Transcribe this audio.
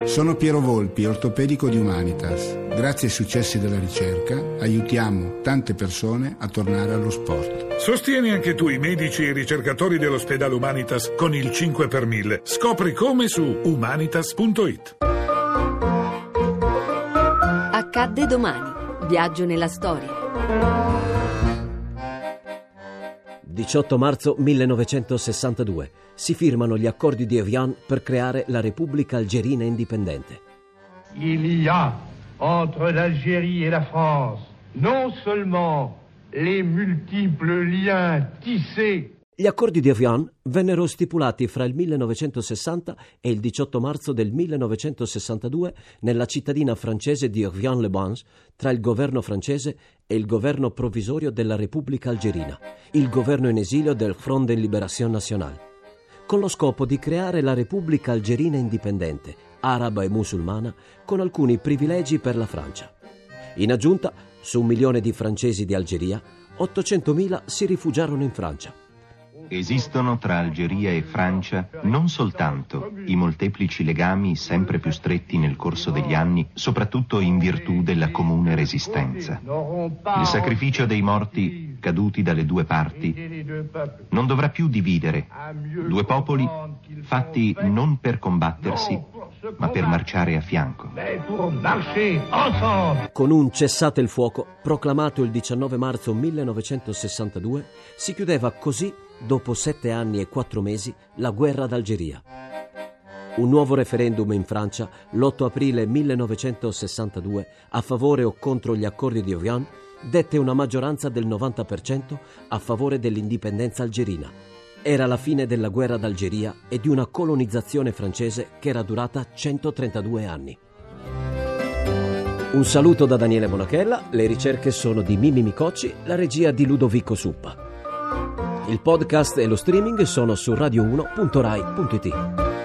Sono Piero Volpi, ortopedico di Humanitas. Grazie ai successi della ricerca aiutiamo tante persone a tornare allo sport. Sostieni anche tu i medici e i ricercatori dell'ospedale Humanitas con il 5 per 1000. Scopri come su humanitas.it. Accadde domani. Viaggio nella storia. 18 marzo 1962. Si firmano gli accordi di Évian per creare la Repubblica Algerina indipendente. Il y a entre l'Algérie et la France non seulement les multiples liens tissés. Gli accordi di Évian vennero stipulati fra il 1960 e il 18 marzo del 1962 nella cittadina francese di Évian-les-Bains tra il governo francese e il governo provvisorio della Repubblica Algerina, il governo in esilio del Front de Libération Nationale, con lo scopo di creare la Repubblica Algerina indipendente, araba e musulmana, con alcuni privilegi per la Francia. In aggiunta, su 1 milione di francesi di Algeria, 800.000 si rifugiarono in Francia. Esistono tra Algeria e Francia non soltanto i molteplici legami sempre più stretti nel corso degli anni, soprattutto in virtù della comune resistenza. Il sacrificio dei morti caduti dalle due parti non dovrà più dividere due popoli fatti non per combattersi, ma per marciare a fianco. Con un cessate il fuoco proclamato il 19 marzo 1962, si chiudeva così, dopo 7 anni e 4 mesi, la guerra d'Algeria. Un nuovo referendum in Francia, l'8 aprile 1962, a favore o contro gli accordi di Évian, dette una maggioranza del 90% a favore dell'indipendenza algerina. Era la fine della guerra d'Algeria e di una colonizzazione francese che era durata 132 anni. Un saluto da Daniele Monachella, le ricerche sono di Mimmi Micocci, la regia di Ludovico Suppa. Il podcast e lo streaming sono su radio1.rai.it.